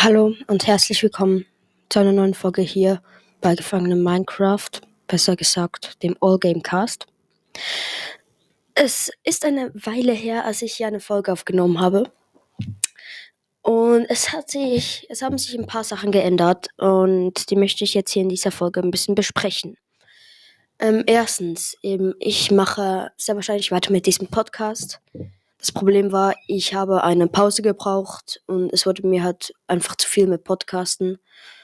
Hallo und herzlich willkommen zu einer neuen Folge hier bei Gefangenem Minecraft, besser gesagt dem All-Game-Cast. Es ist eine Weile her, als ich hier eine Folge aufgenommen habe und es haben sich ein paar Sachen geändert und die möchte ich jetzt hier in dieser Folge ein bisschen besprechen. Erstens, ich mache sehr wahrscheinlich weiter mit diesem Podcast. Das Problem war, ich habe eine Pause gebraucht und es wurde mir halt einfach zu viel mit Podcasten.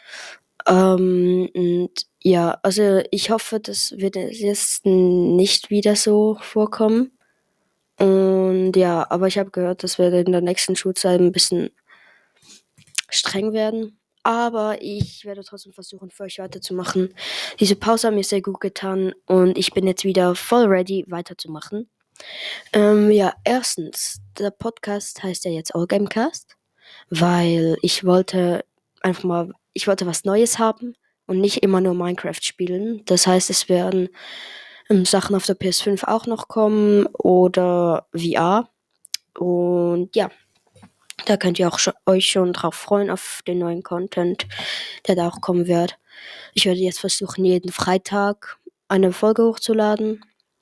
Und ja, also ich hoffe, das wird jetzt nicht wieder so vorkommen. Und ja, aber ich habe gehört, das wird in der nächsten Schulzeit ein bisschen streng werden. Aber ich werde trotzdem versuchen, für euch weiterzumachen. Diese Pause hat mir sehr gut getan und ich bin jetzt wieder voll ready, weiterzumachen. Ja, erstens, der Podcast heißt ja jetzt All Gamecast, weil ich wollte was Neues haben und nicht immer nur Minecraft spielen. Das heißt, es werden Sachen auf der PS5 auch noch kommen oder VR. Und ja, da könnt ihr auch euch schon drauf freuen auf den neuen Content, der da auch kommen wird. Ich werde jetzt versuchen, jeden Freitag eine Folge hochzuladen.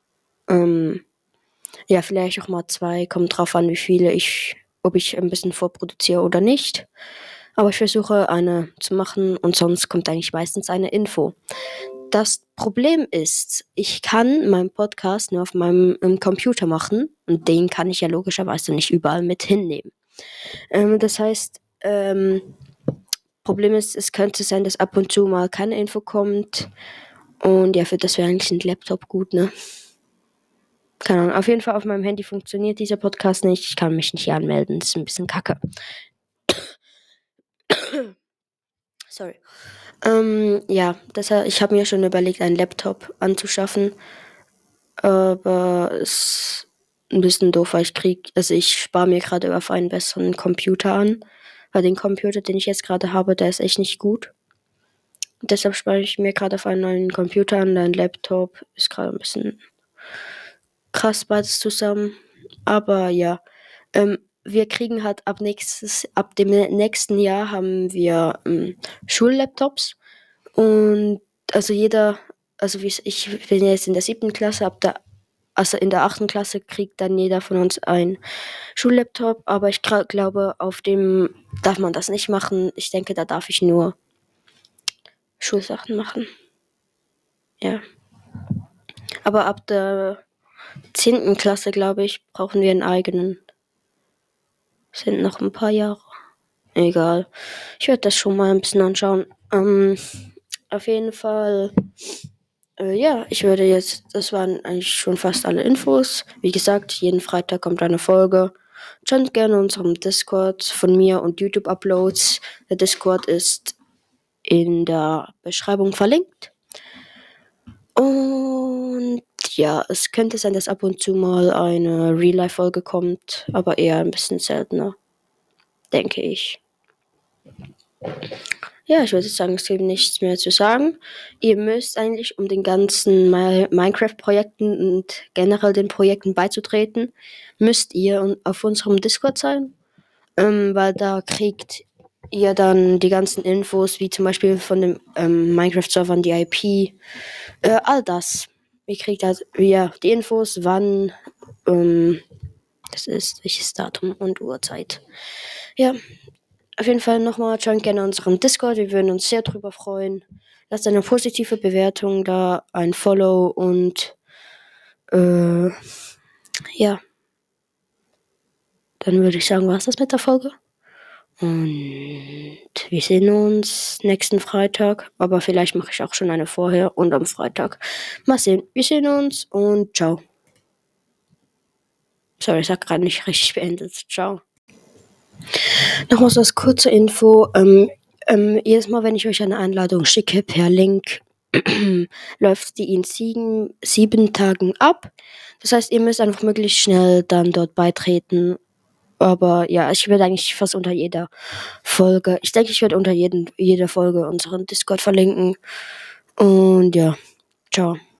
Ja, vielleicht auch mal 2, kommt drauf an, ob ich ein bisschen vorproduziere oder nicht. Aber ich versuche eine zu machen und sonst kommt eigentlich meistens eine Info. Das Problem ist, ich kann meinen Podcast nur auf meinem Computer machen und den kann ich ja logischerweise nicht überall mit hinnehmen. Das heißt, Problem ist, es könnte sein, dass ab und zu mal keine Info kommt und ja, für das wäre eigentlich ein Laptop gut, ne? Keine Ahnung, auf jeden Fall auf meinem Handy funktioniert dieser Podcast nicht. Ich kann mich nicht hier anmelden, das ist ein bisschen kacke. Sorry. Ja, deshalb, ich habe mir schon überlegt, einen Laptop anzuschaffen. Aber es ist ein bisschen doof, weil ich spare mir gerade auf einen besseren Computer an. Weil den Computer, den ich jetzt gerade habe, der ist echt nicht gut. Deshalb spare ich mir gerade auf einen neuen Computer an. Dein Laptop ist gerade ein bisschen krass beides zusammen. Aber ja, wir kriegen halt ab dem nächsten Jahr haben wir Schullaptops. Und also ich bin jetzt in der 7. Klasse, also in der 8. Klasse kriegt dann jeder von uns ein Schullaptop, aber ich glaube, auf dem darf man das nicht machen. Ich denke, da darf ich nur Schulsachen machen. Ja. Aber ab der 10. Klasse, glaube ich, brauchen wir einen eigenen. Sind noch ein paar Jahre. Egal. Ich werde das schon mal ein bisschen anschauen. Auf jeden Fall, ja, das waren eigentlich schon fast alle Infos. Wie gesagt, jeden Freitag kommt eine Folge. Schaut gerne unserem Discord von mir und YouTube-Uploads. Der Discord ist in der Beschreibung verlinkt. Und ja, es könnte sein, dass ab und zu mal eine Real-Life-Folge kommt, aber eher ein bisschen seltener, denke ich. Ja, ich würde sagen, es gibt nichts mehr zu sagen. Ihr müsst eigentlich, um den ganzen Minecraft-Projekten und generell den Projekten beizutreten, müsst ihr auf unserem Discord sein, weil da kriegt ihr dann die ganzen Infos, wie zum Beispiel von den Minecraft-Servern die IP, all das. Ihr kriegt halt die Infos, wann das ist, welches Datum und Uhrzeit. Ja, auf jeden Fall nochmal joint gerne unseren Discord. Wir würden uns sehr drüber freuen. Lasst eine positive Bewertung da, ein Follow und ja. Dann würde ich sagen, war es das mit der Folge. Und wir sehen uns nächsten Freitag. Aber vielleicht mache ich auch schon eine vorher und am Freitag. Mal sehen. Wir sehen uns und ciao. Sorry, ich habe gerade nicht richtig beendet. Ciao. Nochmal so als kurze Info. Jedes Mal, wenn ich euch eine Einladung schicke per Link, läuft die in 7 Tagen ab. Das heißt, ihr müsst einfach möglichst schnell dann dort beitreten. Aber ja, ich werde eigentlich fast unter jeder Folge, ich denke, ich werde unter jeder Folge unseren Discord verlinken. Und ja, ciao.